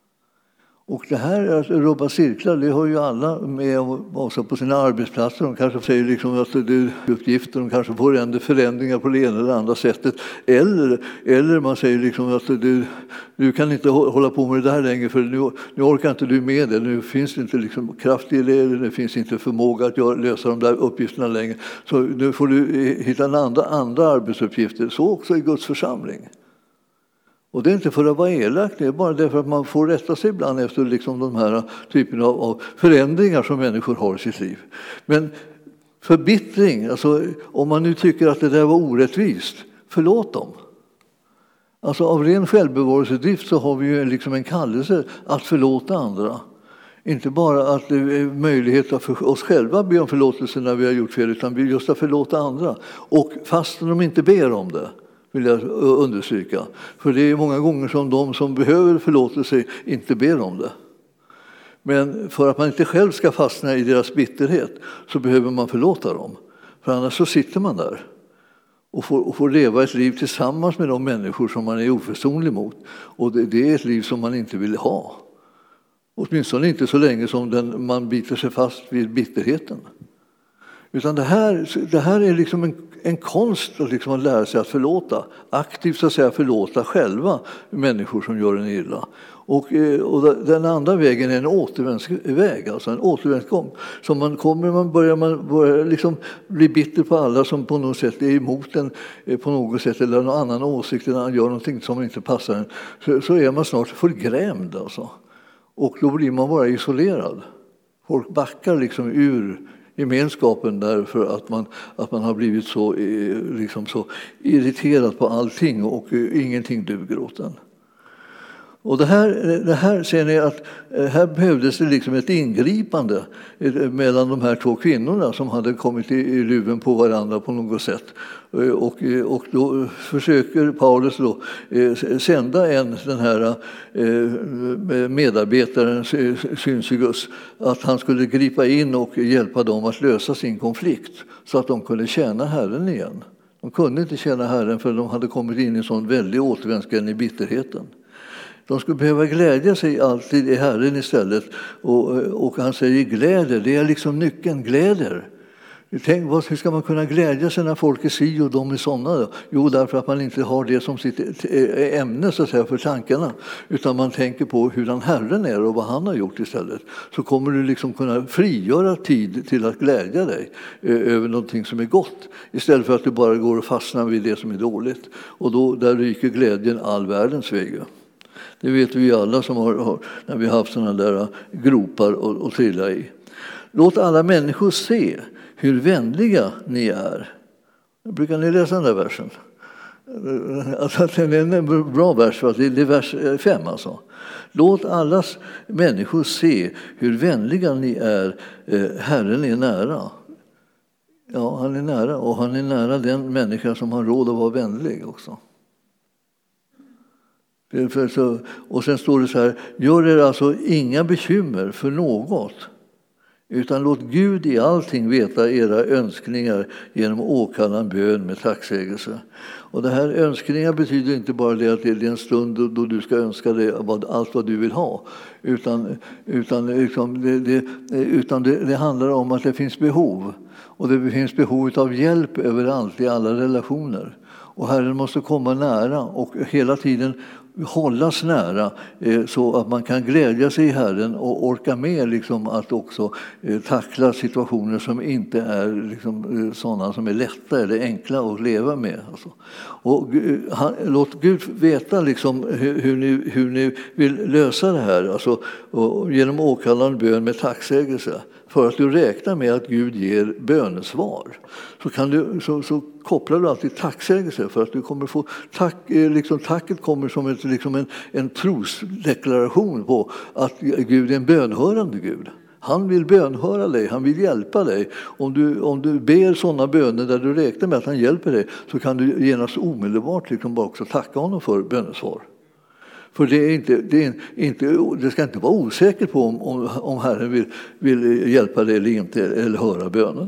Och det här att rubba cirklar, det har ju alla med också på sina arbetsplatser. De kanske säger liksom att det är uppgifter, de kanske får ändå förändringar på det ena eller andra sättet. Eller, eller man säger liksom att du, du kan inte hålla på med det där längre för nu, nu orkar inte du med det. Nu finns det inte liksom kraft i det, eller det finns inte förmåga att göra, lösa de där uppgifterna längre. Så nu får du hitta en andra, andra arbetsuppgifter, så också i Guds församling. Och det är inte för att vara elak, det är bara därför att man får rätta sig ibland efter liksom de här typerna av, av förändringar som människor har i sitt liv. Men förbittring, alltså om man nu tycker att det där var orättvist, förlåt dem. Alltså av ren självbevarelsedrift så har vi ju liksom en kallelse att förlåta andra. Inte bara att det är möjlighet för oss själva be om förlåtelse när vi har gjort fel, utan vi just att förlåta andra. Och fast de inte ber om det, vill jag understryka. För det är många gånger som de som behöver förlåtelse inte ber om det. Men för att man inte själv ska fastna i deras bitterhet så behöver man förlåta dem. För annars så sitter man där och får, och får leva ett liv tillsammans med de människor som man är oförsonlig mot. Och det, det är ett liv som man inte vill ha. Åtminstone inte så länge som den, man biter sig fast vid bitterheten. Utan det här, det här är liksom en, en konst att, liksom att lära sig att förlåta. Aktivt så att säga förlåta själva människor som gör en illa. Och, och den andra vägen är en återvändsväg, alltså en återvändsgång. Så man kommer, man börjar, man börjar liksom bli bitter på alla som på något sätt är emot en på något sätt eller någon annan åsikt eller gör någonting som inte passar en. Så, så är man snart förgrämd alltså. Och då blir man bara isolerad. Folk backar liksom ur gemenskapen därför att man, att man har blivit så, liksom så irriterad på allting och ingenting duger åt den. Och det här, det här ser ni att här behövdes det liksom ett ingripande mellan de här två kvinnorna som hade kommit i, i luven på varandra på något sätt. Och, och då försöker Paulus då sända en, den här medarbetaren Syntychus, att han skulle gripa in och hjälpa dem att lösa sin konflikt så att de kunde tjäna Herren igen. De kunde inte tjäna Herren för de hade kommit in i en sån väldig återvändsgränd i bitterheten. De skulle behöva glädja sig alltid i Herren istället. Och, och han säger glädjer, det är liksom nyckeln, glädjer. Tänk, hur ska man kunna glädja sig när folk är si och de är sådana? Då? Jo, därför att man inte har det som sitt ämne så att säga, för tankarna. Utan man tänker på hur den Herren är och vad han har gjort istället. Så kommer du liksom kunna frigöra tid till att glädja dig över någonting som är gott. Istället för att du bara går och fastnar vid det som är dåligt. Och då där ryker glädjen all världens väg. Det vet vi alla som har, har när vi har haft sådana där gropar och, och trilla i. Låt alla människor se hur vänliga ni är. Brukar ni läsa den där versen? Alltså, det är en bra vers, för att det är vers fem alltså. Låt allas människor se hur vänliga ni är. Herren är nära. Ja, han är nära, och han är nära den människa som har råd att vara vänlig också. Så, och sen står det så här: gör er alltså inga bekymmer för något, utan låt Gud i allting veta era önskningar genom åkallan bön med tacksägelse. Och det här önskningar betyder inte bara det att det är en stund då du ska önska dig allt vad du vill ha, utan, utan, liksom det, det, utan det, det handlar om att det finns behov. Och det finns behov av hjälp överallt i alla relationer. Och Herren måste komma nära och hela tiden hållas nära, eh, så att man kan glädja sig i Herren och orka med liksom, att också eh, tackla situationer som inte är liksom, eh, sådana som är lätta eller enkla att leva med. Alltså. Och, eh, han, låt Gud veta liksom, hur, hur, ni, hur ni vill lösa det här, alltså, och, genom åkallan bön med tacksägelse. För att du räknar med att Gud ger bönesvar, så, kan du, så, så kopplar du alltid tacksägelse, för att du kommer få tack, liksom, tacket kommer som ett, liksom en, en trosdeklaration på att Gud är en bönhörande Gud. Han vill bönhöra dig, han vill hjälpa dig. Om du, om du ber sådana böner där du räknar med att han hjälper dig, så kan du genast omedelbart liksom bara också tacka honom för bönesvar. För det, är inte, det, är inte, det ska inte vara osäker på om, om, om Herren vill, vill hjälpa dig eller inte, eller höra bönen.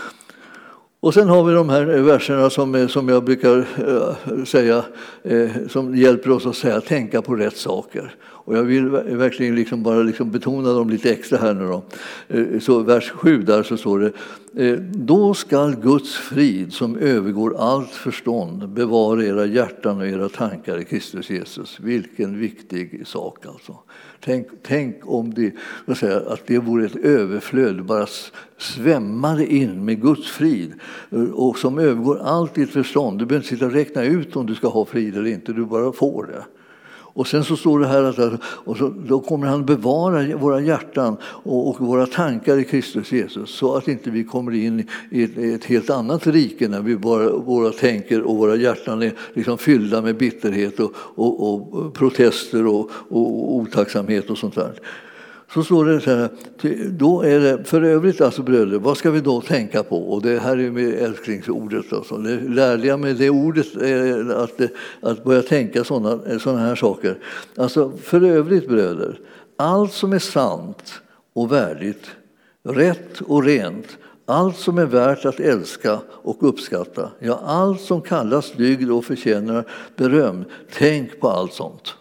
Och sen har vi de här verserna som, som jag brukar äh, säga, äh, som hjälper oss att säga, tänka på rätt saker. Och jag vill verkligen liksom bara liksom betona dem lite extra här nu då. Äh, så vers sju där så står det: äh, då skall Guds frid som övergår allt förstånd bevara era hjärtan och era tankar i Kristus Jesus. Vilken viktig sak alltså. Tänk, tänk om det, vad säger, att det vore ett överflöd, bara svämmar in med Guds frid och som övergår allt ditt förstånd. Du behöver inte sitta och räkna ut om du ska ha frid eller inte, du bara får det. Och sen så står det här att och så, då kommer han bevara våra hjärtan och, och våra tankar i Kristus Jesus, så att inte vi kommer in i ett, ett helt annat rike när vi bara våra tänker och våra hjärtan är liksom fyllda med bitterhet och, och, och protester och, och, och otacksamhet och sånt där. Så står det så här, då är det för övrigt alltså bröder, vad ska vi då tänka på? Och det här är med älsklingsordet. Alltså. Det lärde jag med det ordet, att, att börja tänka sådana, sådana här saker. Alltså för övrigt bröder, allt som är sant och värdigt, rätt och rent, allt som är värt att älska och uppskatta, ja, allt som kallas dygd och förtjänar beröm, tänk på allt sånt.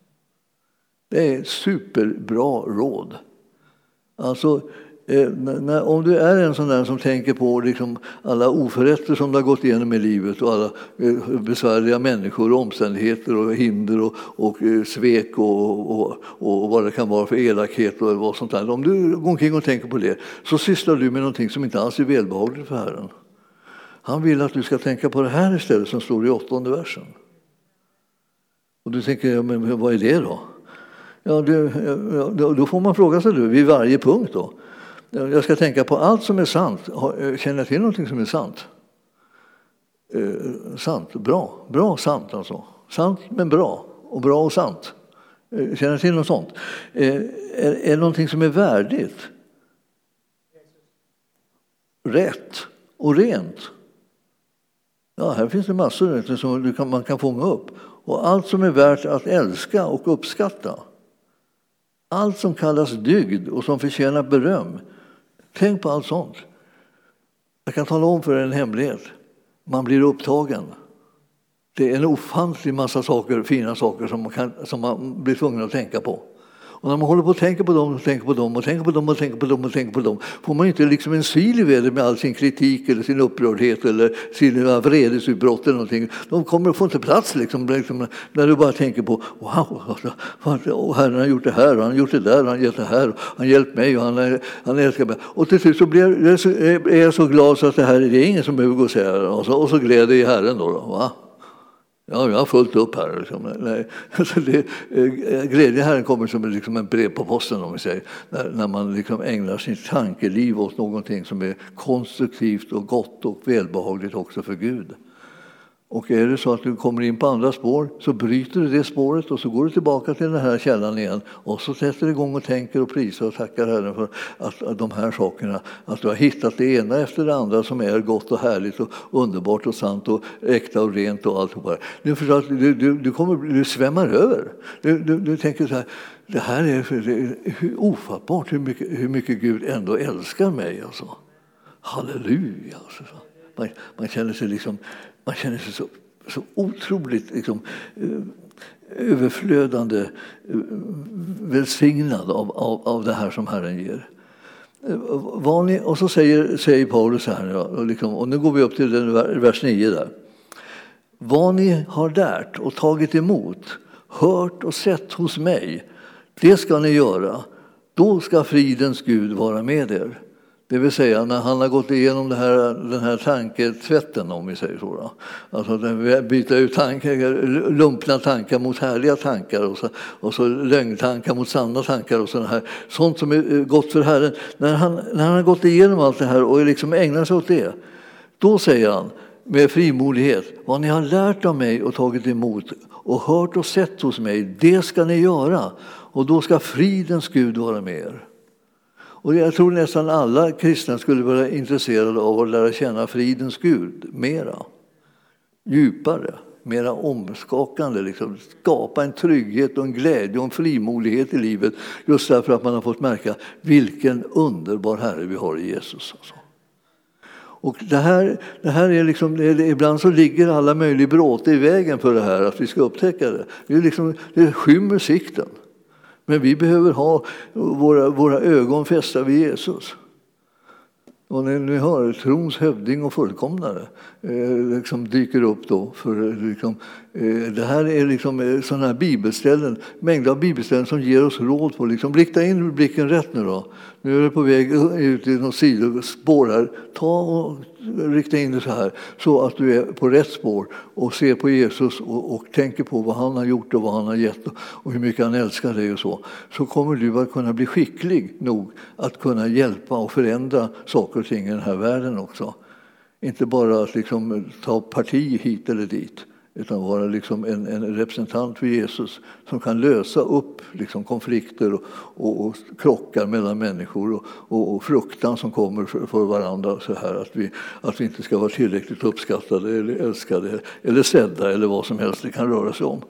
Det är superbra råd. Alltså, eh, när, om du är en sån där som tänker på liksom alla oförrätter som du har gått igenom i livet och alla eh, besvärliga människor och omständigheter och hinder och, och eh, svek och, och, och vad det kan vara för elakhet och vad sånt där. Om du går omkring och tänker på det, så sysslar du med någonting som inte alls är välbehagligt för Herren. Han vill att du ska tänka på det här istället, som står i åttonde versen. Och du tänker, ja, men vad är det då? Ja, det, då får man fråga sig du, vid varje punkt då. Jag ska tänka på allt som är sant. Känner jag till någonting som är sant? Eh, sant, bra. Bra, sant alltså. Sant men bra. Och bra och sant. Eh, känner jag till något sånt? Eh, är, är det någonting som är värdigt? Rätt och rent. Ja, här finns det massor som du kan, man kan fånga upp. Och allt som är värt att älska och uppskatta. Allt som kallas dygd och som förtjänar beröm. Tänk på allt sånt. Jag kan tala om för er en hemlighet. Man blir upptagen. Det är en ofantlig massa saker, fina saker som man, kan, som man blir tvungen att tänka på. Och när man håller på att tänka på dem och tänker på dem och tänker på dem och tänker på dem och tänker på dem, får man inte liksom en syl i väder med all sin kritik eller sin upprördhet eller sina vredesutbrott eller någonting. De kommer att få inte plats liksom, liksom när du bara tänker på wow, och Herren har gjort det här och han har gjort det där och han har gett det här och han har hjälpt mig och han, är, han älskar mig. Och till slut så blir jag, så, är jag så glad så att det här det är ingen som behöver gå och säga och så, och så gläder i Herren då, då va? Ja, jag har fullt upp här. Liksom. Nej. Alltså det, glädje Herren kommer som liksom en brev på posten, om vi säger. När, när man liksom ägnar sitt tankeliv åt någonting som är konstruktivt och gott och välbehagligt också för Gud. Och är det så att du kommer in på andra spår så bryter du det spåret och så går du tillbaka till den här källan igen och så sätter du igång och tänker och prisar och tackar Herren för att, att de här sakerna, att du har hittat det ena efter det andra som är gott och härligt och underbart och sant och äkta och rent och allt. Du förstår att du, du, du, kommer, du svämmar över. Du, du, du tänker så här, det här är, det är ofattbart hur mycket, hur mycket Gud ändå älskar mig. Alltså. Halleluja! Alltså. Man, man känner sig liksom Man känner sig så, så otroligt liksom, överflödande, välsignad av, av, av det här som Herren ger. Var ni, och så säger, säger Paulus här, och, liksom, och nu går vi upp till den, vers nio där. Vad ni har lärt och tagit emot, hört och sett hos mig, det ska ni göra. Då ska fridens Gud vara med er. Det vill säga när han har gått igenom det här, den här tanketvätten, om vi säger så. Då. Alltså byta ut tankar, lumpna tankar mot härliga tankar och så, och så lögntankar mot sanna tankar och sådana här. Sånt som är gott för Herren. När han, när han har gått igenom allt det här och liksom ägnar sig åt det, då säger han med frimodighet, vad ni har lärt av mig och tagit emot och hört och sett hos mig, det ska ni göra. Och då ska fridens Gud vara med er. Och jag tror nästan alla kristna skulle vara intresserade av att lära känna fridens Gud mera, djupare, mera omskakande. Liksom. Skapa en trygghet och en glädje och en frimodighet i livet just därför att man har fått märka vilken underbar Herre vi har i Jesus. Alltså. Och det här, det här är liksom, det är, ibland så ligger alla möjliga bråte i vägen för det här, att vi ska upptäcka det. Det, är liksom, det skymmer sikten. Men vi behöver ha våra, våra ögon fästa vid Jesus. Och när ni hör trons hövding och fullkomnare eh, liksom dyker upp då. För, liksom, eh, det här är liksom sådana här bibelställen, mängder av bibelställen som ger oss råd på. Liksom, rikta in blicken rätt nu då. Nu är det på väg ut i någon sidospår här. Ta och rikta in det så här. Så att du är på rätt spår och ser på Jesus och, och tänker på vad han har gjort och vad han har gett. Och, och hur mycket han älskar dig och så. Så kommer du att kunna bli skicklig nog att kunna hjälpa och förändra saker och ting i den här världen också. Inte bara att liksom ta parti hit eller dit. Utan vara liksom en, en representant för Jesus som kan lösa upp liksom konflikter och, och, och krockar mellan människor och, och, och fruktan som kommer för, för varandra. Så här, att, vi, att vi inte ska vara tillräckligt uppskattade eller älskade eller sedda eller vad som helst det kan röra sig om.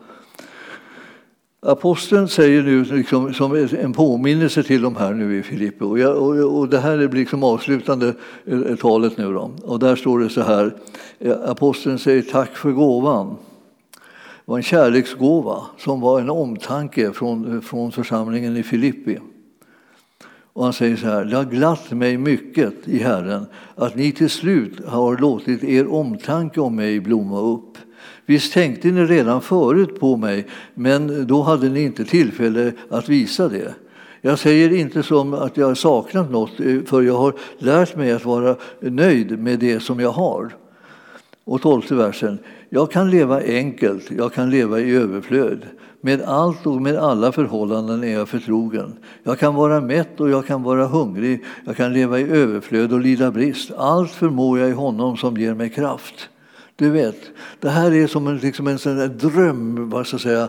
Aposteln säger nu liksom, som en påminnelse till de här nu i Filippi. Och, jag, och, och det här är liksom avslutande talet nu då. Och där står det så här. Aposteln säger tack för gåvan. Det var en kärleksgåva som var en omtanke från, från församlingen i Filippi. Och han säger så här. Det har glatt mig mycket i Herren att ni till slut har låtit er omtanke om mig blomma upp. Visst tänkte ni redan förut på mig, men då hade ni inte tillfälle att visa det. Jag säger inte som att jag har saknat något, för jag har lärt mig att vara nöjd med det som jag har. Och tolfte versen. Jag kan leva enkelt, jag kan leva i överflöd. Med allt och med alla förhållanden är jag förtrogen. Jag kan vara mätt och jag kan vara hungrig. Jag kan leva i överflöd och lida brist. Allt förmår jag i honom som ger mig kraft. Du vet, det här är som en, liksom en sån där dröm, vad ska jag säga,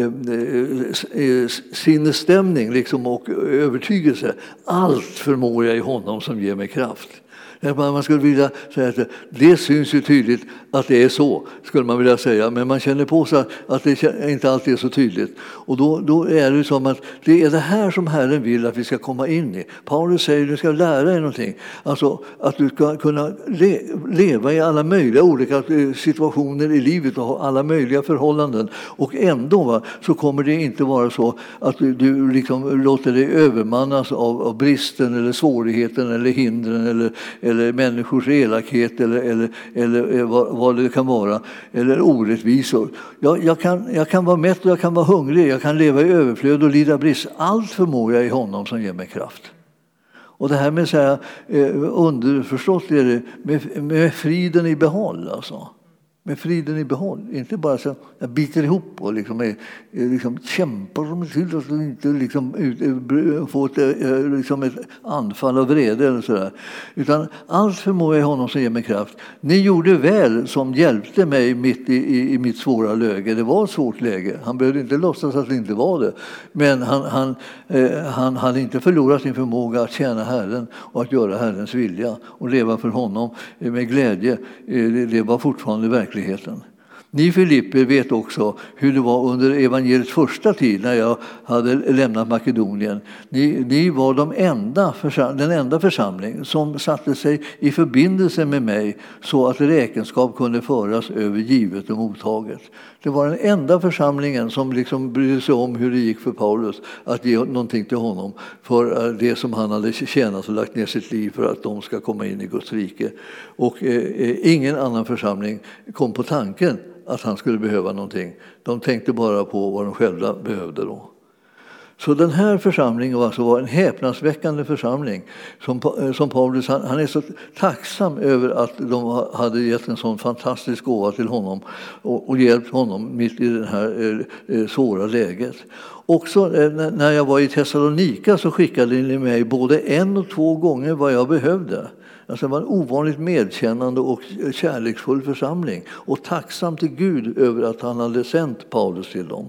eh, eh, sinnesstämning liksom, och övertygelse. Allt förmår jag i honom som ger mig kraft. Man skulle vilja säga att det syns ju tydligt att det är så, skulle man vilja säga. Men man känner på sig att det inte alltid är så tydligt. Och då, då är det som att det är det här som Herren vill att vi ska komma in i. Paulus säger att du ska lära dig någonting. Alltså att du ska kunna le, leva i alla möjliga olika situationer i livet och ha alla möjliga förhållanden. Och ändå va, så kommer det inte vara så att du, du liksom låter dig övermannas av, av bristen eller svårigheten eller hindren eller eller människors elakhet eller, eller, eller vad, vad det kan vara, eller orättvisor. Jag, jag, kan, jag kan vara mätt och jag kan vara hungrig, jag kan leva i överflöd och lida brist. Allt förmår jag i honom som ger mig kraft. Och det här med så här, underförstått är det med, med friden i behåll alltså. med friden i behåll. Inte bara så jag biter ihop och liksom, är, liksom kämpar som till att inte liksom, ut, få ett, liksom ett anfall av vrede eller sådär. Utan allt förmår jag honom som ger mig kraft. Ni gjorde väl som hjälpte mig mitt i, i, i mitt svåra läge. Det var ett svårt läge. Han behövde inte låtsas att det inte var det. Men han, han, eh, han hade inte förlorat sin förmåga att tjäna Herren och att göra Herrens vilja och leva för honom med glädje. Eh, det, det var fortfarande verkligheten. Ni Filipper vet också hur det var under evangeliets första tid när jag hade lämnat Makedonien. Ni, ni var de enda försam- den enda församling som satte sig i förbindelse med mig så att räkenskap kunde föras över givet och mottaget. Det var den enda församlingen som liksom brydde sig om hur det gick för Paulus att ge någonting till honom för det som han hade tjänat och lagt ner sitt liv för att de ska komma in i Guds rike. Och eh, ingen annan församling kom på tanken att han skulle behöva någonting. De tänkte bara på vad de själva behövde då. Så den här församlingen var, alltså var en häpnadsväckande församling. Som, som Paulus, han, han är så tacksam över att de hade gett en sån fantastisk gåva till honom och, och hjälpt honom mitt i det här eh, svåra läget. Också eh, när jag var i Thessalonika så skickade ni mig både en och två gånger vad jag behövde. Alltså det var en ovanligt medkännande och kärleksfull församling och tacksam till Gud över att han hade sänt Paulus till dem.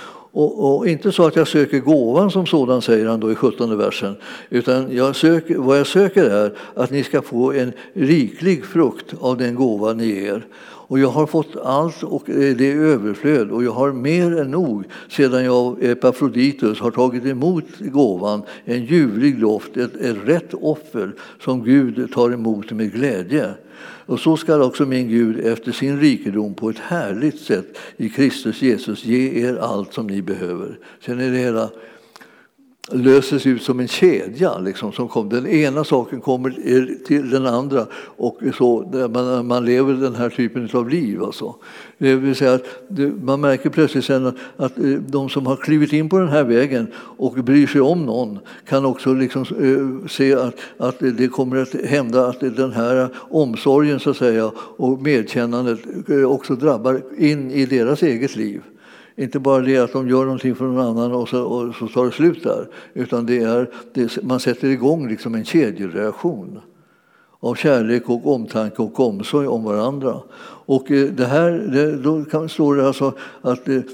Och, och inte så att jag söker gåvan som sådan, säger han då i sjuttonde versen, utan jag söker, vad jag söker är att ni ska få en riklig frukt av den gåva ni ger. Och jag har fått allt och det är överflöd och jag har mer än nog sedan jag Epafroditus har tagit emot gåvan, en ljuvlig doft, ett, ett rätt offer som Gud tar emot med glädje. Och så ska också min Gud efter sin rikedom på ett härligt sätt i Kristus Jesus ge er allt som ni behöver. Sen är det hela löses ut som en kedja liksom, som kom. Den ena saken kommer till den andra och så man, man lever den här typen av liv alltså. Det vill säga att det, man märker plötsligt sen att, att de som har klivit in på den här vägen och bryr sig om någon kan också liksom, uh, se att, att det kommer att hända att den här omsorgen så att säga och medkännandet uh, också drabbar in i deras eget liv. Inte bara det att de gör någonting för någon annan och så, och så tar det slut där. Utan det är, det, man sätter igång liksom en kedjereaktion av kärlek och omtanke och omsorg om varandra. Och det här, det, då kan, står det alltså att eh,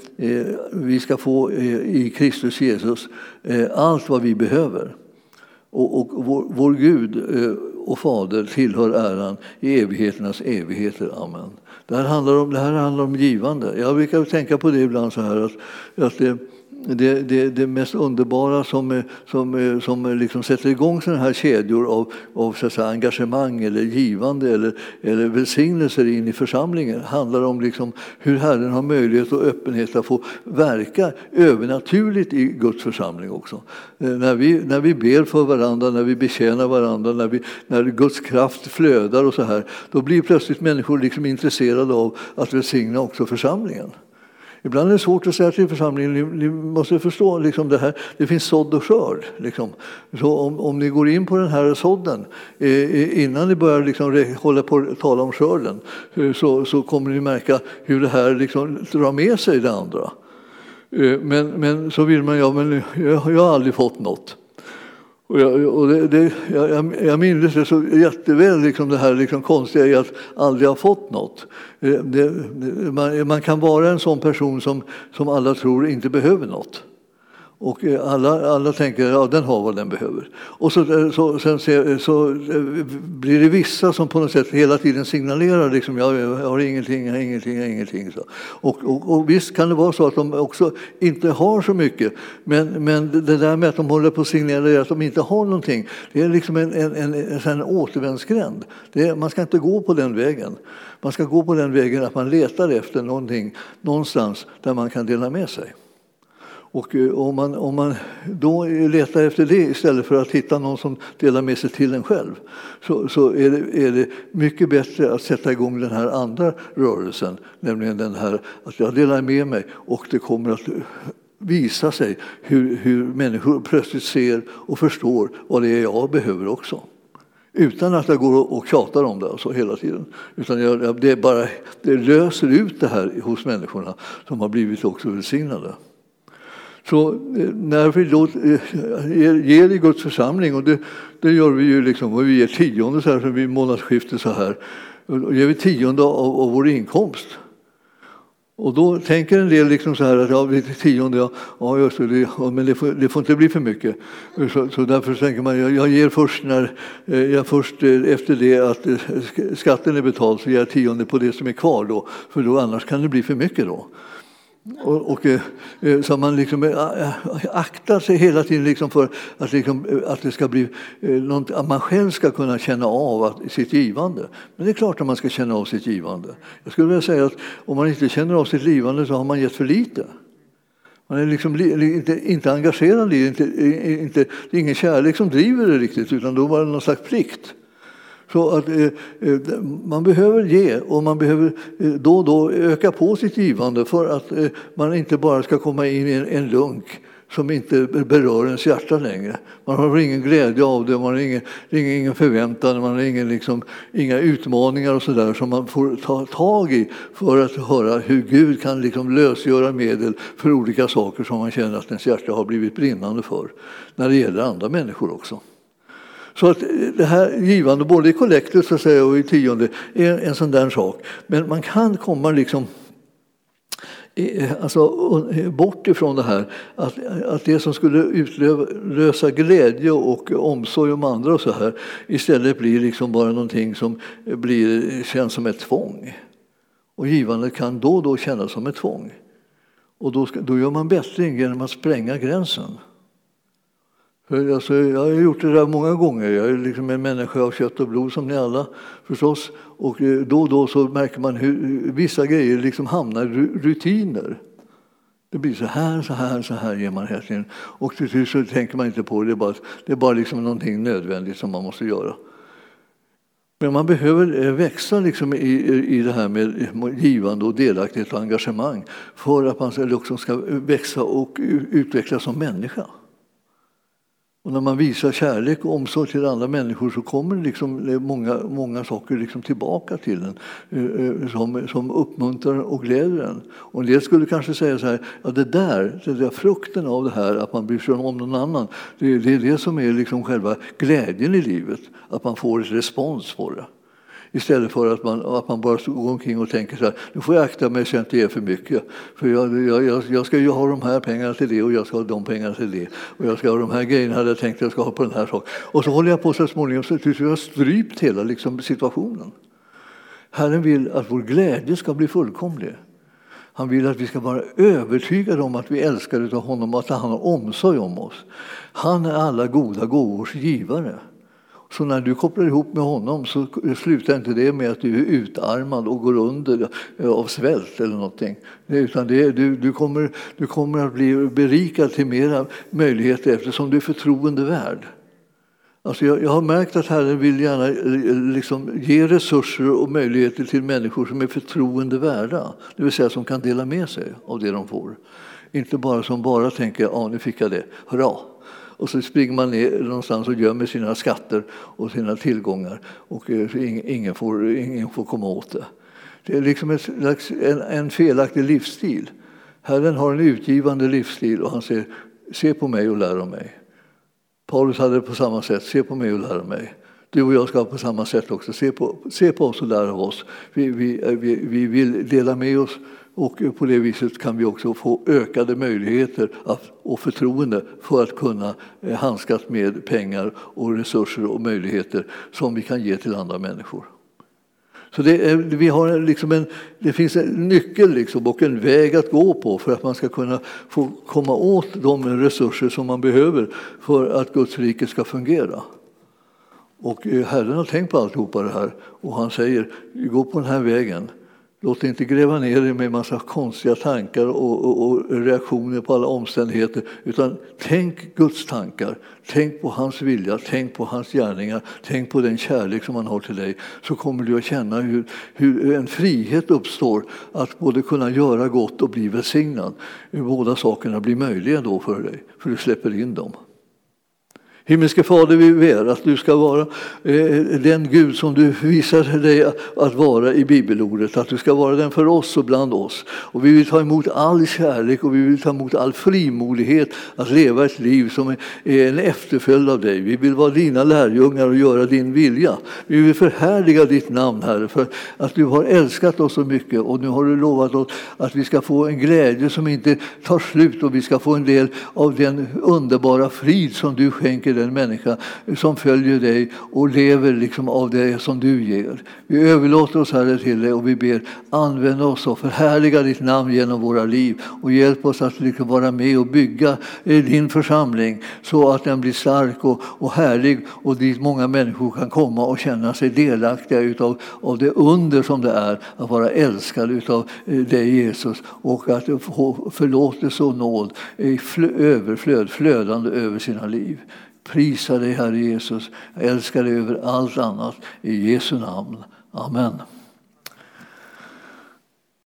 vi ska få eh, i Kristus Jesus eh, allt vad vi behöver. Och, och vår, vår Gud eh, och Fader tillhör äran i evigheternas evigheter. Amen. Det här handlar om, det här handlar om givande. Jag brukar tänka på det ibland så här att, att det, det, det, det mest underbara som, som, som liksom sätter igång sådana här kedjor av, av så att säga, engagemang eller givande eller, eller välsignelser in i församlingen handlar om liksom hur Herren har möjlighet och öppenhet att få verka övernaturligt i Guds församling också. När vi, när vi ber för varandra, när vi betjänar varandra, när, vi, när Guds kraft flödar och så här, då blir plötsligt människor liksom intresserade av att välsigna också församlingen. Ibland är det svårt att säga till församlingen, ni, ni måste förstå liksom det här, det finns sådd och skörd. Liksom. Så om, om ni går in på den här sådden, eh, innan ni börjar liksom hålla på att tala om skörden, eh, så, så kommer ni märka hur det här liksom drar med sig det andra. Eh, men, men så vill man, ja men jag, jag har aldrig fått något. Och jag, och det, det, jag, jag minns det så jätteväl, liksom det här liksom konstiga i att aldrig ha fått något. Det, det, man, man kan vara en sån person som, som alla tror inte behöver något. Och alla, alla tänker att ja, den har vad den behöver. Och så, så, sen så, så blir det vissa som på något sätt hela tiden signalerar liksom, jag, jag har ingenting, jag har ingenting, jag har ingenting. Så. Och, och, och visst kan det vara så att de också inte har så mycket. Men, men det där med att de håller på att signalera att de inte har någonting, det är liksom en, en, en, en, en återvändsgränd. Det är, man ska inte gå på den vägen. Man ska gå på den vägen att man letar efter någonting någonstans där man kan dela med sig. Och om man, om man då letar efter det istället för att hitta någon som delar med sig till en själv, så, så är, det, är det mycket bättre att sätta igång den här andra rörelsen, nämligen den här att jag delar med mig och det kommer att visa sig hur, hur människor plötsligt ser och förstår vad det är jag behöver också. Utan att jag går och tjatar om det alltså hela tiden. Utan jag, det, bara, det löser ut det här hos människorna som har blivit också välsignade. Så när vi då ger i Guds församling, och det, det gör vi ju liksom, och vi ger tionde så här, så vi månadsskifter så här, och ger vi tionde av, av vår inkomst. Och då tänker en del liksom så här att ja, det tionde, ja, ja just det, ja, men det får, det får inte bli för mycket. Så, så därför tänker man, jag, jag ger först när, jag först efter det att skatten är betald så ger jag tionde på det som är kvar då, för då annars kan det bli för mycket då. Och, och så man liksom aktar sig hela tiden liksom för att, liksom, att det ska bli något, att man själv ska kunna känna av att, sitt givande. Men det är klart att man ska känna av sitt givande. Jag skulle vilja säga att om man inte känner av sitt givande så har man gett för lite. Man är liksom inte, inte engagerad i det, inte, inte, det är ingen kärlek som driver det riktigt, utan då var det någon slags plikt. Så att eh, man behöver ge, och man behöver eh, då och då öka på sitt givande för att eh, man inte bara ska komma in i en, en lunk som inte berör ens hjärta längre. Man har ingen glädje av det, man har ingen, ingen, ingen förväntan, man har ingen, liksom, inga utmaningar och sådär som man får ta tag i för att höra hur Gud kan liksom lösgöra medel för olika saker som man känner att ens hjärta har blivit brinnande för, när det gäller andra människor också. Så att det här givande, både i kollektet så att säga, och i tionde, är en sån där sak. Men man kan komma liksom, alltså, bort ifrån det här, att, att det som skulle utlösa glädje och omsorg om andra och så här, istället blir liksom bara någonting som blir, känns som ett tvång. Och givandet kan då och då kännas som ett tvång. Och då, ska, då gör man bättring genom att spränga gränsen. För alltså, jag har gjort det där många gånger. Jag är liksom en människa av kött och blod som ni alla förstås. Och då och då så märker man hur vissa grejer liksom hamnar i rutiner. Det blir så här, så här, så här ger man hela tiden. Och till slut så tänker man inte på det. Det är bara, det är bara liksom någonting nödvändigt som man måste göra. Men man behöver växa liksom i, i det här med givande och delaktighet och engagemang för att man också ska växa och utvecklas som människa. Och när man visar kärlek och omsorg till andra människor så kommer liksom många, många saker liksom tillbaka till en som, som uppmuntrar och gläder en. Och en del skulle kanske säga så här, ja det där, det där frukten av det här, att man bryr sig om någon annan, det, det är det som är liksom själva glädjen i livet, att man får ett respons på det. Istället för att man, att man bara går omkring och tänker så här, nu får jag akta mig så jag inte ger för mycket. För jag, jag, jag ska ju ha de här pengarna till det och jag ska ha de pengarna till det. Och jag ska ha de här grejerna hade jag tänkt att jag ska ha på den här saken. Och så håller jag på så småningom så tills jag har strypt hela liksom, situationen. Herren vill att vår glädje ska bli fullkomlig. Han vill att vi ska vara övertygade om att vi älskar av honom och att han har omsorg om oss. Han är alla goda gåvors givare. Så när du kopplar ihop med honom så slutar inte det med att du är utarmad och går under av svält eller någonting. Utan det, du, du, kommer, du kommer att bli berikad till mera möjligheter eftersom du är förtroende värd. Alltså jag, jag har märkt att Herren vill gärna liksom ge resurser och möjligheter till människor som är förtroende värda. Det vill säga som kan dela med sig av det de får. Inte bara som bara tänker, ja nu fick jag det, hurra. Och så springer man ner någonstans och gömmer sina skatter och sina tillgångar. Och ingen får, ingen får komma åt det. Det är liksom ett, en, en felaktig livsstil. Herren har en utgivande livsstil och han säger, se på mig och lär av mig. Paulus hade det på samma sätt, se på mig och lär av mig. Du och jag ska på samma sätt också, se på, se på oss och lära av oss. Vi, vi, vi, vi vill dela med oss. Och på det viset kan vi också få ökade möjligheter och förtroende för att kunna handskas med pengar och resurser och möjligheter som vi kan ge till andra människor. Så det, är, vi har liksom en, det finns en nyckel liksom och en väg att gå på för att man ska kunna få komma åt de resurser som man behöver för att Guds rike ska fungera. Och Herren har tänkt på alltihopa det här och han säger, gå på den här vägen. Låt inte gräva ner dig med en massa konstiga tankar och, och, och reaktioner på alla omständigheter. Utan tänk Guds tankar. Tänk på hans vilja. Tänk på hans gärningar. Tänk på den kärlek som han har till dig. Så kommer du att känna hur, hur en frihet uppstår. Att både kunna göra gott och bli välsignad. Båda sakerna blir möjliga då för dig. För du släpper in dem. Himmelske Fader, vi ber att du ska vara eh, den Gud som du visar dig att vara i bibelordet. Att du ska vara den för oss och bland oss. Och vi vill ta emot all kärlek och vi vill ta emot all frimodighet att leva ett liv som är en efterföljd av dig. Vi vill vara dina lärjungar och göra din vilja. Vi vill förhärliga ditt namn, Herre, för att du har älskat oss så mycket. Och nu har du lovat oss att vi ska få en glädje som inte tar slut och vi ska få en del av den underbara frid som du skänker den människa som följer dig och lever liksom av det som du ger. Vi överlåter oss, Herre, till dig och vi ber, använd oss och förhärliga ditt namn genom våra liv och hjälp oss att liksom vara med och bygga din församling så att den blir stark och, och härlig och dit många människor kan komma och känna sig delaktiga utav, av det under som det är att vara älskad utav dig, Jesus, och att få förlåtelse och nåd i flö- överflöd, flödande över sina liv. Prisa dig, Herre Jesus. Jag älskar dig över allt annat. I Jesu namn. Amen.